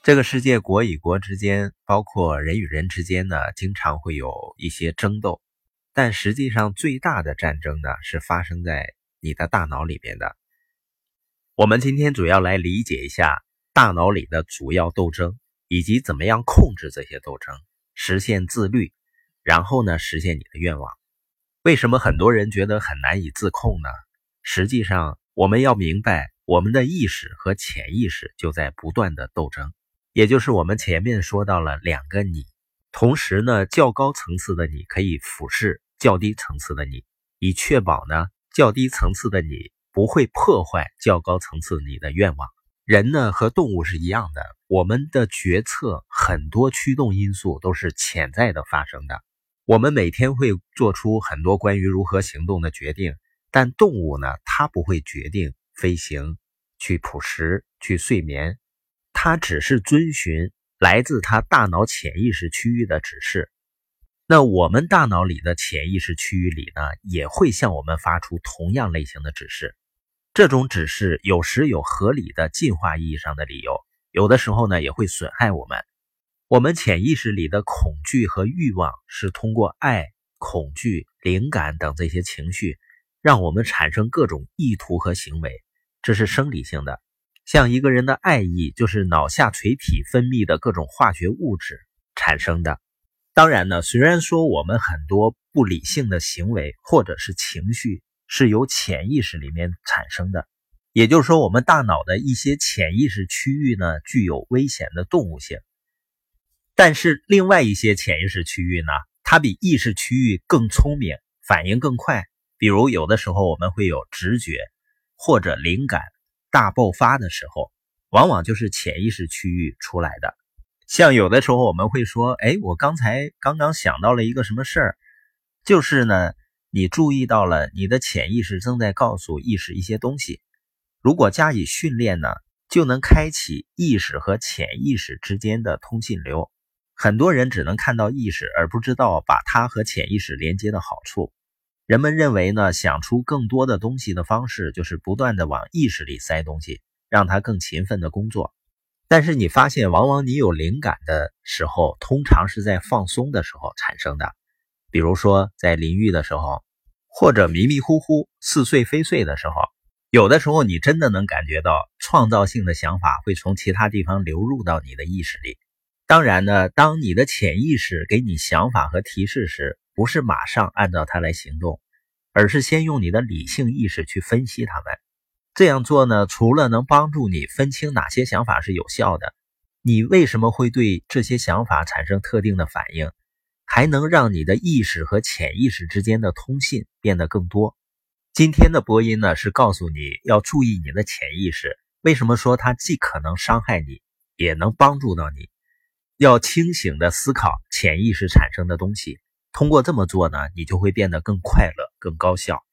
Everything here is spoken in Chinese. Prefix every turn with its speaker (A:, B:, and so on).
A: 这个世界国与国之间，包括人与人之间呢，经常会有一些争斗，但实际上最大的战争呢，是发生在你的大脑里面的。我们今天主要来理解一下大脑里的主要斗争，以及怎么样控制这些斗争，实现自律，然后呢，实现你的愿望。为什么很多人觉得很难以自控呢？实际上，我们要明白，我们的意识和潜意识就在不断的斗争。也就是我们前面说到了两个你，同时呢，较高层次的你可以俯视较低层次的你，以确保呢，较低层次的你不会破坏较高层次你的愿望。人呢和动物是一样的，我们的决策很多驱动因素都是潜在的发生的。我们每天会做出很多关于如何行动的决定，但动物呢，它不会决定飞行、去捕食、去睡眠。它只是遵循来自它大脑潜意识区域的指示。那我们大脑里的潜意识区域里呢，也会向我们发出同样类型的指示。这种指示有时有合理的进化意义上的理由，有的时候呢也会损害我们。我们潜意识里的恐惧和欲望是通过爱、恐惧、灵感等这些情绪，让我们产生各种意图和行为，这是生理性的。像一个人的爱意就是脑下垂体分泌的各种化学物质产生的。当然呢，虽然说我们很多不理性的行为或者是情绪是由潜意识里面产生的，也就是说我们大脑的一些潜意识区域呢具有危险的动物性，但是另外一些潜意识区域呢，它比意识区域更聪明，反应更快。比如有的时候我们会有直觉或者灵感大爆发的时候，往往就是潜意识区域出来的。像有的时候我们会说，我刚刚想到了一个什么事儿，就是呢，你注意到了你的潜意识正在告诉意识一些东西。如果加以训练呢，就能开启意识和潜意识之间的通信流。很多人只能看到意识，而不知道把它和潜意识连接的好处。人们认为呢，想出更多的东西的方式就是不断的往意识里塞东西，让它更勤奋的工作。但是你发现往往你有灵感的时候，通常是在放松的时候产生的。比如说在淋浴的时候，或者迷迷糊糊似睡非睡的时候，有的时候你真的能感觉到创造性的想法会从其他地方流入到你的意识里。当然呢，当你的潜意识给你想法和提示时，不是马上按照它来行动，而是先用你的理性意识去分析它们。这样做呢，除了能帮助你分清哪些想法是有效的，你为什么会对这些想法产生特定的反应，还能让你的意识和潜意识之间的通信变得更多。今天的播音呢，是告诉你要注意你的潜意识，为什么说它既可能伤害你，也能帮助到你。要清醒地思考潜意识产生的东西，通过这么做呢，你就会变得更快乐、更高效。